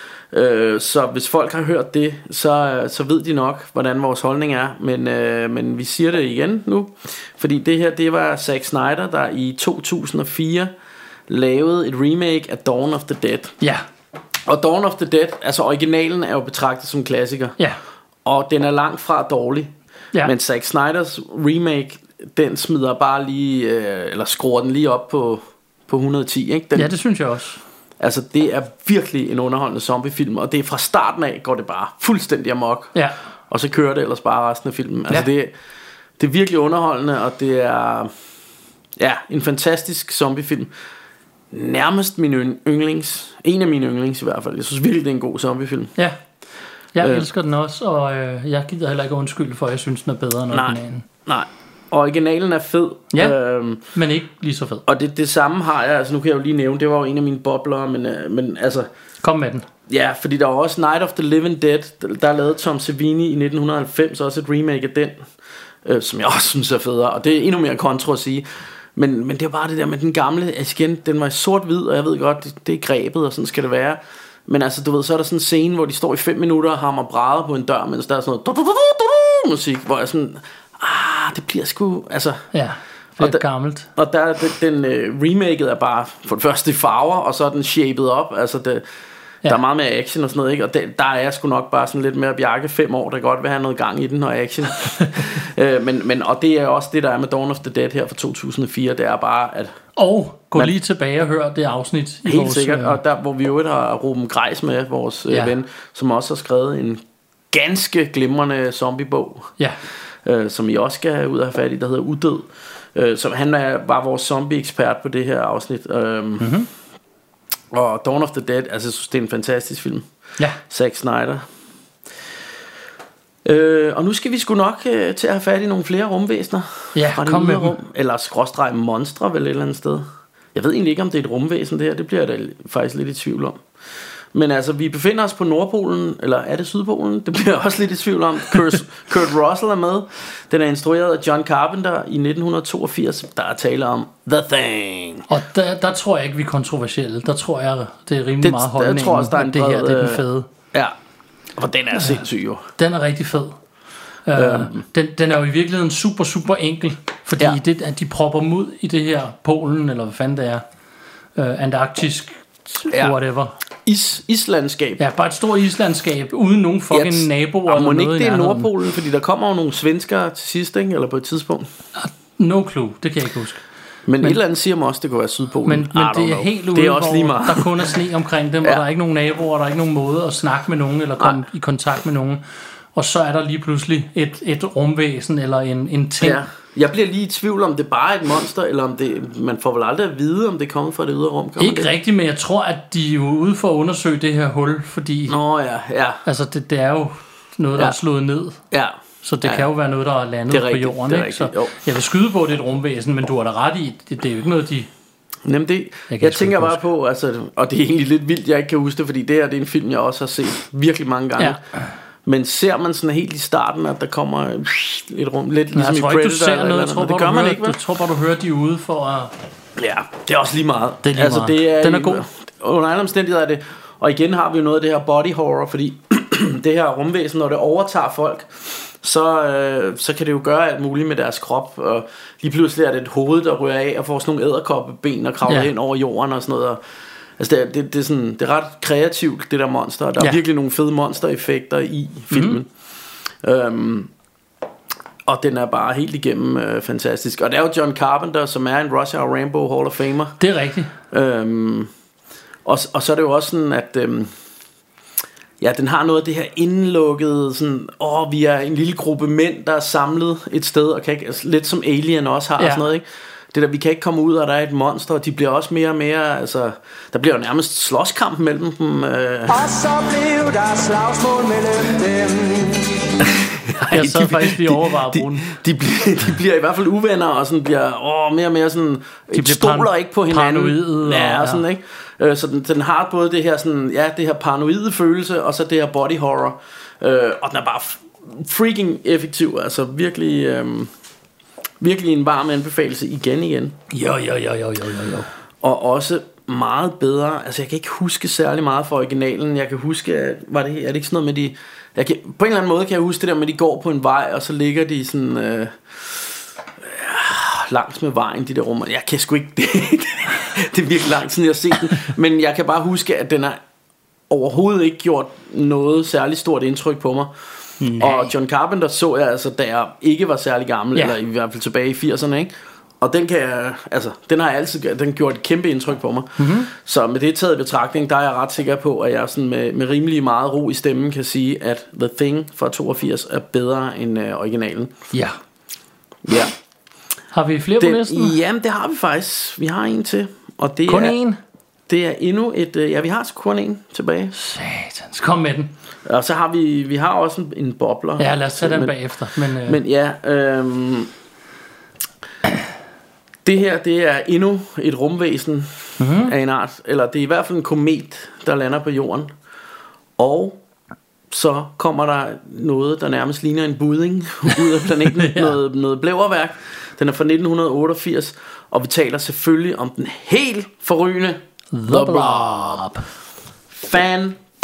Så hvis folk har hørt det, så ved de nok hvordan vores holdning er. Men vi siger det igen nu. Fordi det her, det var Zack Snyder, der i 2004 lavede et remake af Dawn of the Dead. Ja. Og Dawn of the Dead, altså originalen er jo betragtet som klassiker. Ja. Og den er langt fra dårlig. Men Zack Snyders remake, den smider bare lige eller skruer den lige op på 110, ikke? Ja, det synes jeg også. Altså det er virkelig en underholdende zombiefilm. Og det er fra starten af går det bare fuldstændig amok. Og så kører det ellers bare resten af filmen. Altså det er virkelig underholdende. Og det er en fantastisk zombiefilm. Nærmest min yndlings. En af mine yndlings i hvert fald. Jeg synes virkelig det er en god zombiefilm. Ja. Jeg elsker den også. Og jeg gider heller ikke undskylde for at jeg synes den er bedre end originalen. Nej. Originalen er fed, men ikke lige så fed. Og det samme har jeg. Altså nu kan jeg jo lige nævne, det var jo en af mine bobler, men altså kom med den. Ja, fordi der var også Night of the Living Dead. Der lavede Tom Savini i 1990 også et remake af den, som jeg også synes er federe. Og det er endnu mere kontro at sige. Men det er bare det der med den gamle. Altså igen, den var i sort-hvid, og jeg ved godt det er grebet, og sådan skal det være. Men altså, du ved, så er der sådan en scene, hvor de står i 5 minutter og hammer brædder på en dør, mens der er sådan noget musik, hvor jeg sådan, det bliver sgu, altså... Ja, det er gammelt. Og der den remaket er bare, for det første i farver, og så er den shaped op, altså det... Ja. Der er meget mere action og sådan noget, ikke? Og der er jeg sgu nok bare sådan lidt mere Bjarke 5 år, der godt vil have noget gang i den og action. men og det er også det, der er med Dawn of the Dead her fra 2004, det er bare at... Gå lige tilbage og hør det afsnit i helt vores... sikkert, og der hvor vi jo har Ruben Greis med, vores ven, som også har skrevet en ganske glimrende zombiebog, som I også skal ud og have fat i, der hedder Udød. Så han var vores zombie-ekspert på det her afsnit. Og Dawn of the Dead, altså jeg synes det er en fantastisk film. Ja. Zack Snyder. Og nu skal vi sgu nok til at have fat i nogle flere rumvæsener. Ja, kom med rum. Eller skråstreg monstre vel et eller andet sted. Jeg ved egentlig ikke om det er et rumvæsen det her. Det bliver jeg da faktisk lidt i tvivl om. Men altså vi befinder os på Nordpolen. Eller er det Sydpolen? Det bliver jeg også lidt i tvivl om. Kurt Russell er med. Den er instrueret af John Carpenter i 1982. Der er tale om The Thing. Og der tror jeg ikke vi er kontroversielle. Der tror jeg det er rimelig meget holdningen. Jeg tror også der er en det her det er den fede. Ja. Og den er sindssyg jo. Den er rigtig fed. Den er jo i virkeligheden super, super enkel. Fordi at de propper dem ud i det her Polen, eller hvad fanden det er, antarktisk, whatever. Islandskab. Ja, bare et stort islandskab uden nogen fucking naboer. Og må ikke det er Nordpolen, fordi der kommer jo nogle svenskere til sidst, ikke? Eller på et tidspunkt. No clue, det kan jeg ikke huske. Men et eller andet siger mig også, det kunne være Sydpolen. Men det er helt ude, det er også lige meget. Der kun er sne omkring dem, og der er ikke nogen naboer, der er ikke nogen måde at snakke med nogen, eller komme i kontakt med nogen. Og så er der lige pludselig et rumvæsen, eller en ting. Ja. Jeg bliver lige i tvivl om det bare er et monster, eller om det, man får vel aldrig at vide, om det kommer fra det ydre rum. Ikke rigtigt, men jeg tror, at de er jo ude for at undersøge det her hul, fordi... Altså, det er jo noget, der er slået ned. Ja. Så det kan jo være noget, der er landet på jorden, ikke? Så jeg vil skyde på, at det er et rumvæsen, men du har da ret i, det er jo ikke noget, de... Jamen jeg tænker bare på, altså, og det er egentlig lidt vildt, jeg ikke kan huske det, fordi det her det er en film, jeg også har set virkelig mange gange. Ja. Men ser man sådan helt i starten, at der kommer et rum, lidt ligesom i Predator, ikke, du ser noget, det gør man ikke, vel? Jeg tror bare, du hører de ude for at... Ja, det er også lige meget. Det er lige meget. Det er den er god. Under andre omstændigheder er det... Og igen har vi jo noget af det her body horror, fordi det her rumvæsen, når det overtager folk, så kan det jo gøre alt muligt med deres krop. Og lige pludselig er det et hoved, der ryger af og får sådan nogle edderkoppeben og kravler hen over jorden og sådan noget. Og, altså det er sådan, det er ret kreativt, det der monster. Der er virkelig nogle fede monstereffekter i filmen. Og den er bare helt igennem fantastisk. Og det er jo John Carpenter, som er en Rush Hour Rambo Hall of Famer. Det er rigtigt. Og så er det jo også sådan, at den har noget af det her indlukkede sådan, vi er en lille gruppe mænd, der er samlet et sted, og kan ikke, altså, lidt som Alien også har, og sådan noget, ikke? Det der, vi kan ikke komme ud, og der er et monster, og de bliver også mere og mere, altså, der bliver jo nærmest slåskamp mellem dem. Og så blev der slagsmål mellem dem. Jeg sad faktisk lige overvejet at bruge den. De bliver i hvert fald uvenner, og sådan bliver mere og mere sådan, de stoler ikke på hinanden. Paranoide. Og sådan, ikke? Så den har både det her sådan, det her paranoide følelse, og så det her body horror. Og den er bare freaking effektiv, altså virkelig en varm anbefalelse igen. Jo. Og også meget bedre. Altså jeg kan ikke huske særlig meget fra originalen. Jeg kan huske, er det ikke sådan noget med de... på en eller anden måde kan jeg huske det der med, at de går på en vej, og så ligger de sådan langs med vejen, de der rum. Jeg kan sgu ikke... det er virkelig langt siden jeg har set den. Men jeg kan bare huske, at den har overhovedet ikke gjort noget særligt stort indtryk på mig. Nej. Og John Carpenter så jeg altså, da jeg ikke var særlig gammel, eller i hvert fald tilbage i 80'erne, ikke? Og den kan jeg, altså, den gjort et kæmpe indtryk på mig. Så med det taget i betragtning, der er jeg ret sikker på, at jeg sådan med rimelig meget ro i stemmen kan sige, at The Thing fra 82 er bedre end originalen. Ja. Har vi flere på listen? Jamen det har vi faktisk. Vi har en til, og det kun en? Det er endnu et, vi har kun en tilbage. Satans, kom med den. Og så har vi har også en bobler. Ja, lad os tage den bagefter. Men ja, det her, det er endnu et rumvæsen af en art. Eller det er i hvert fald en komet, der lander på jorden. Og så kommer der noget, der nærmest ligner en budding ud af planeten. noget blæverværk. Den er fra 1988. Og vi taler selvfølgelig om den helt forrygende The Blob. Fantastisk.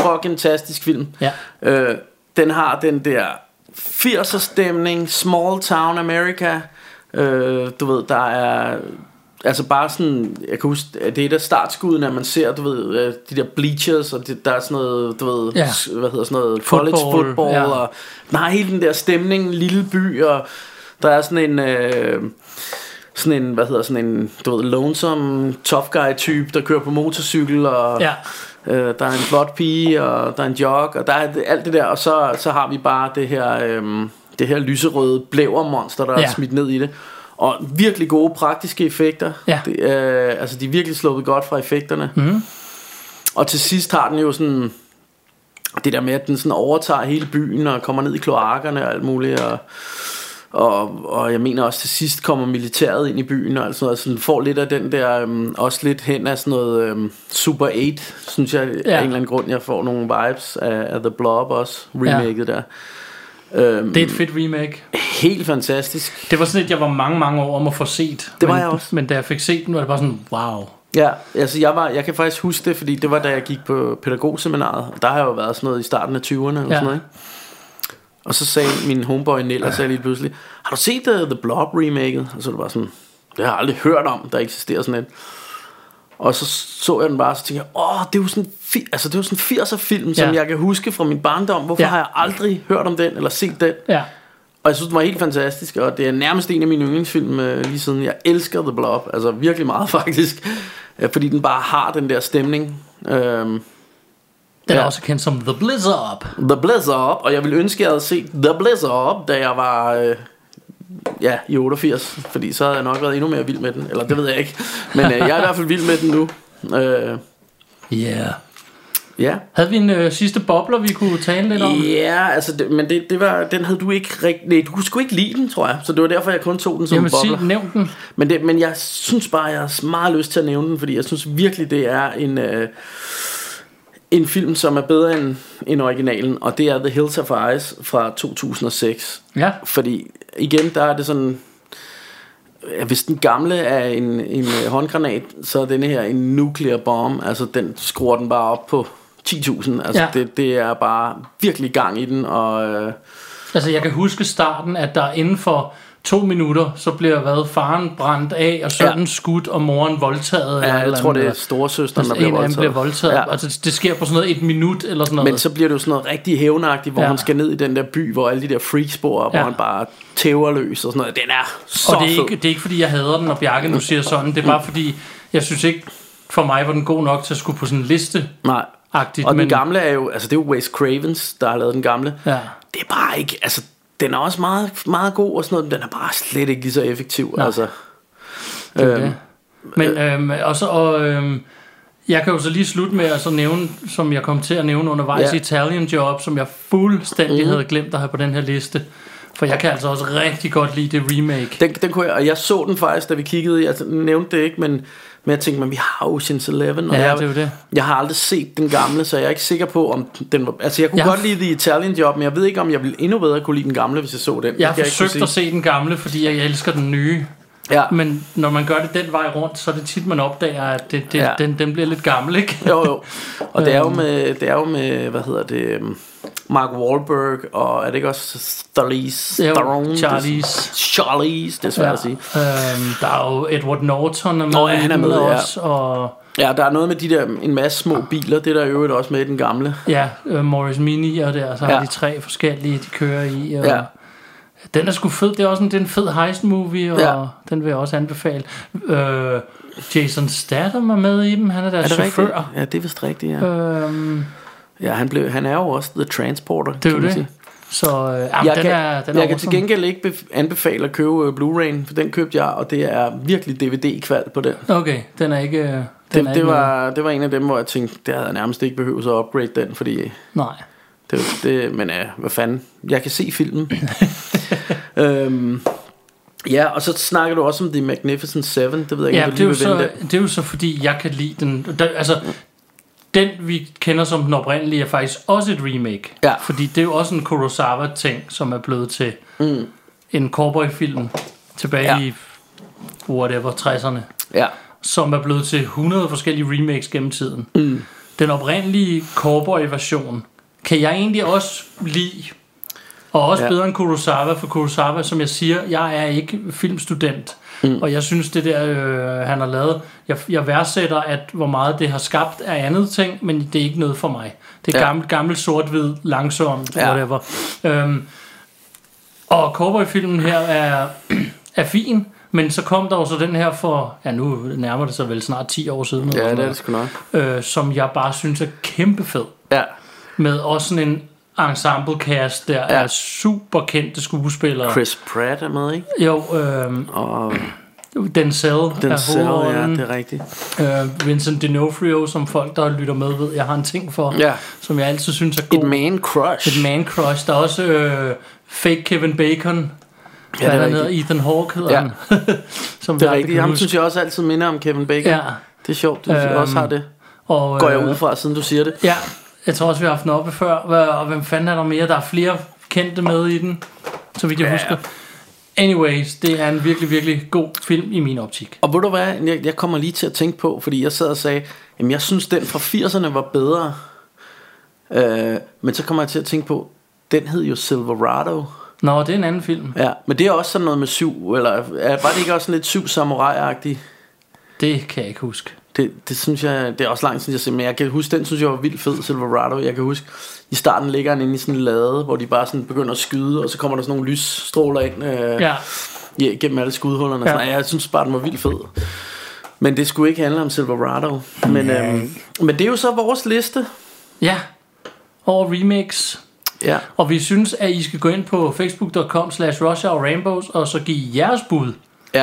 fucking fantastisk film. Ja. Den har den der 80'er stemning, small town America. Du ved, der er altså bare sådan, jeg kan huske, det er der startskuden, at man ser, du ved, de der bleachers, og der er sådan noget, du ved, hvad hedder sådan noget, college football, og den har hele den der stemning, en lille by, og der er sådan en, hvad hedder sådan en, du ved, lonesome tough guy type, der kører på motorcykel, og der er en flot pige, og der er en jog, og der er alt det der, og så har vi bare det her lyserøde blævermonster, der er smidt ned i det. Og virkelig gode praktiske effekter. Altså de er virkelig sluppet godt fra effekterne. Og til sidst har den jo sådan det der med, at den sådan overtager hele byen og kommer ned i kloakkerne og alt muligt. Og jeg mener også til sidst kommer militæret ind i byen og alt sådan noget. Så den får lidt af den der også lidt hen af sådan noget Super 8, synes jeg af en eller anden grund. Jeg får nogle vibes af The Blob også, remaket der. Det er et fedt remake. Helt fantastisk. Det var sådan et, jeg var mange år om at få set. Det var jeg også. Men da jeg fik set den, var det bare sådan, wow. Ja, altså jeg kan faktisk huske det, fordi det var da jeg gik på pædagogseminaret. Og der har jeg jo været sådan noget i starten af 20'erne eller sådan noget, ikke? Og så sagde min homeboy Nell, og sagde lige pludselig, har du set The Blob remaket? Og så var det bare sådan, det har jeg aldrig hørt om, der eksisterer sådan et. Og så jeg den bare, og så tænkte jeg, det er jo sådan, altså det var sådan en 80'er film, som jeg kan huske fra min barndom. Hvorfor har jeg aldrig hørt om den, eller set den? Ja. Og jeg synes, den var helt fantastisk, og det er nærmest en af mine yndlingsfilm lige siden. Jeg elsker The Blob, altså virkelig meget faktisk, fordi den bare har den der stemning. Den er også kendt som The Blizzard. The Blizzard, og jeg ville ønske, at jeg havde set The Blizzard, da jeg var i 88, fordi så havde jeg nok været endnu mere vild med den. Eller det ved jeg ikke, men jeg er i hvert fald vild med den nu. Ja. Havde vi en sidste bobler, vi kunne tale lidt om? Ja, altså men det var, den havde du ikke rigtig. Nej, du kunne sgu ikke lide den, tror jeg. Så det var derfor jeg kun tog den som bobler. Nævn den. Men jeg synes bare, jeg har meget lyst til at nævne den, fordi jeg synes virkelig, det er en film, som er bedre end originalen, og det er The Hills of Ice fra 2006. Ja. Fordi igen, der er det sådan, hvis den gamle er en håndgranat, så er denne her en nuclear bomb. Altså den skruer den bare op på 10.000. Altså det er bare virkelig gang i den. Og altså jeg kan huske starten, at der inden for 2 minutter, så bliver faren brændt af, og sønnen skudt, og moren voldtaget. Ja, jeg tror det er storesøsteren, der bliver voldtaget. Ja. Altså det sker på sådan noget 1 minut eller sådan noget. Men så bliver det jo sådan noget rigtig hævnagtigt, hvor han skal ned i den der by, hvor alle de der freaks bor, hvor han bare tæver løs og sådan noget. Den er så og det er ikke fordi jeg hader den, og Bjarke nu siger sådan. Det er bare fordi jeg synes ikke, for mig var den god nok til at skulle på sådan en liste. Nej. Og den gamle er jo, altså det er jo Wes Cravens, der har lavet den gamle. Ja. Det er bare ikke, altså den er også meget, meget god og sådan noget, men den er bare slet ikke lige så effektiv. Altså. Men jeg kan jo så lige slutte med at så nævne, som jeg kom til at nævne undervejs, Italian Job, som jeg fuldstændig havde glemt at have på den her liste. For jeg kan altså også rigtig godt lide det remake. Den kunne jeg, og jeg så den faktisk, da vi kiggede. Jeg nævnte det ikke, men jeg tænkte, men vi har Ocean's 11, og det er jo det. Jeg har aldrig set den gamle, så jeg er ikke sikker på, om den var. Altså jeg kunne godt lide The Italian Job, men jeg ved ikke, om jeg ville endnu bedre kunne lide den gamle, hvis jeg så den. Jeg har forsøgt at se den gamle, fordi jeg elsker den nye. Ja. Men når man gør det den vej rundt, så er det tit man opdager, at den bliver lidt gammel, ikke? Jo. Og det er jo med hvad hedder det, Mark Wahlberg, og er det ikke også Charlize, det er svært at sige. Der er jo Edward Norton han er med også, og ja, der er noget med en masse små biler. Det der øvrigt også med i den gamle. Ja, Morris Mini og der, så har de 3 forskellige, de kører i. Og den er sgu fed. Det er også en fed heist movie, og den vil jeg også anbefale. Jason Statham er med i dem. Han er deres chauffør. Rigtigt? Ja, det er vist rigtigt, ja. Han er jo også The Transporter. Det er jo det. Så jeg kan til gengæld ikke anbefale at købe Blu-ray'en, for den købte jeg, og det er virkelig DVD-kval på den. Okay, den er ikke. Det var en af dem, hvor jeg tænkte, det havde jeg nærmest ikke behøvet at upgrade den, fordi. Nej. Men hvad fanden? Jeg kan se filmen. Ja, og så snakker du også om The Magnificent Seven. Det ved jeg ikke, det er jo så fordi jeg kan lide den. Den vi kender som den oprindelige er faktisk også et remake. Ja. Fordi det er jo også en Kurosawa ting, som er blevet til en cowboyfilm tilbage i whatever 60'erne. Ja. Som er blevet til 100 forskellige remakes gennem tiden. den oprindelige cowboy-version kan jeg egentlig også lide. Og også bedre end Kurosawa, for Kurosawa, som jeg siger, jeg er ikke filmstudent. Og jeg synes det der han har lavet, jeg værdsætter at hvor meget det har skabt af andet ting, men det er ikke noget for mig. Det er gammel sort-hvid, langsomt, whatever. Og cowboyfilmen her er fin, men så kom der jo så den her for, nu nærmer det sig vel snart 10 år siden. Ja, det er det sgu nok. Som jeg bare synes er kæmpe fed. Ja. Med også sådan en ensemble cast der er super kendte skuespillere. Chris Pratt er med, ikke? Jo, og Denzel er hovedrollen. Ja, det er rigtigt. Vincent D'Onofrio, som folk der lytter med ved, jeg har en ting for, som jeg altid synes er god. Et man crush. Der er også fake Kevin Bacon. Ja, det er rigtigt. Ethan Hawke hedder han. Som det er rigtigt. Ham synes jeg også altid minder om Kevin Bacon. Ja. Det er sjovt, du også har det. Og, går jeg ud fra, siden du siger det. Ja, jeg tror også, vi har haft den oppe før. Og hvem fanden er der mere? Der er flere kendte med i den, så vidt jeg husker. Anyways, det er en virkelig, virkelig god film i min optik. Og ved du hvad, jeg kommer lige til at tænke på, fordi jeg sad og sagde, jamen jeg synes den fra 80'erne var bedre. Men så kommer jeg til at tænke på, den hed jo Silverado. Nå, det er en anden film. Ja, men det er også sådan noget med 7, eller var det ikke også sådan lidt 7 samurai-agtigt? Det kan jeg ikke huske. Det synes jeg, det er også langt siden jeg ser, men jeg kan huske, den synes jeg var vildt fed, Silverado. Jeg kan huske, i starten ligger han inde i sådan en lade, hvor de bare sådan begynder at skyde, og så kommer der sådan nogle lysstråler ind gennem alle skudhullerne. Ja. Jeg synes bare, den var vildt fed. Men det skulle ikke handle om Silverado. Men det er jo så vores liste. Ja, over remakes. Ja. Og vi synes, at I skal gå ind på facebook.com/RushHourRainbows og så give jeres bud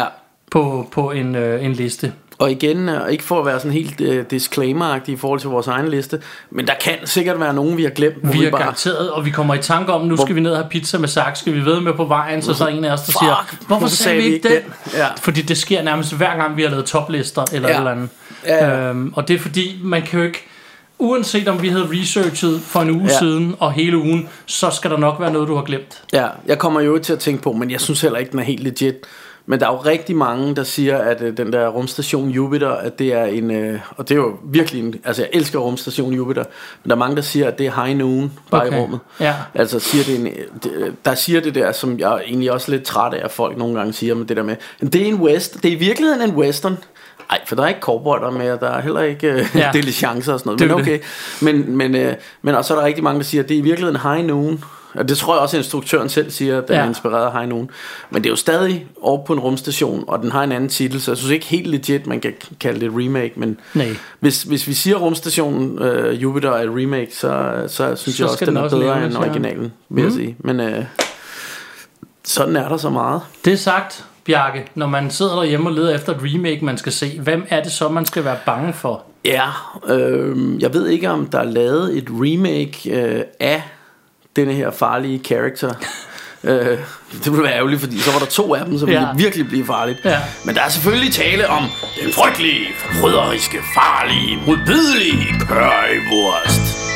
på en liste. Og igen, ikke for at være sådan helt disclaimer-agtig i forhold til vores egen liste, men der kan sikkert være nogen, vi har glemt. Vi er garanteret, og vi kommer i tanke om, nu skal vi ned og have pizza med saks, skal vi ved med på vejen, så er en af os, der siger, hvorfor sagde vi ikke den? Ja. Fordi det sker nærmest hver gang, vi har lavet toplister eller et eller andet. Ja. Og det er fordi, man kan jo ikke, uanset om vi havde researchet for en uge siden og hele ugen, så skal der nok være noget, du har glemt. Ja, jeg kommer jo til at tænke på, men jeg synes heller ikke, den er helt legit. Men der er jo rigtig mange, der siger, at den der rumstation Jupiter, at det er en, og det er jo virkelig en, altså jeg elsker rumstation Jupiter, men der er mange, der siger, at det er high noon bare i rummet. Ja. Altså siger der siger det der, som jeg er egentlig også lidt træt af, at folk nogle gange siger, med det der med, det er en west, det er i virkeligheden en western. Nej, for der er ikke cowboyder med, og der er heller ikke diligencer og sådan noget, men okay. Men og så er der rigtig mange, der siger, at det er i virkeligheden high noon. Og det tror jeg også, at instruktøren selv siger, at den er inspireret af High Noon. Men det er jo stadig over på en rumstation, og den har en anden titel, så jeg synes ikke helt legit, man kan kalde det remake. Men hvis vi siger rumstationen Jupiter er et remake, så synes jeg også, den er bedre end originalen, vil jeg sige. Men sådan er der så meget. Det er sagt, Bjarke, når man sidder derhjemme og leder efter et remake, man skal se, hvem er det så, man skal være bange for? Ja, jeg ved ikke, om der er lavet et remake af denne her farlige character. Det ville være ærgerligt, fordi så var der 2 af dem, så ville det virkelig blive farligt. Men der er selvfølgelig tale om den frygtelige, forbryderiske, farlige, modbydelige currywurst.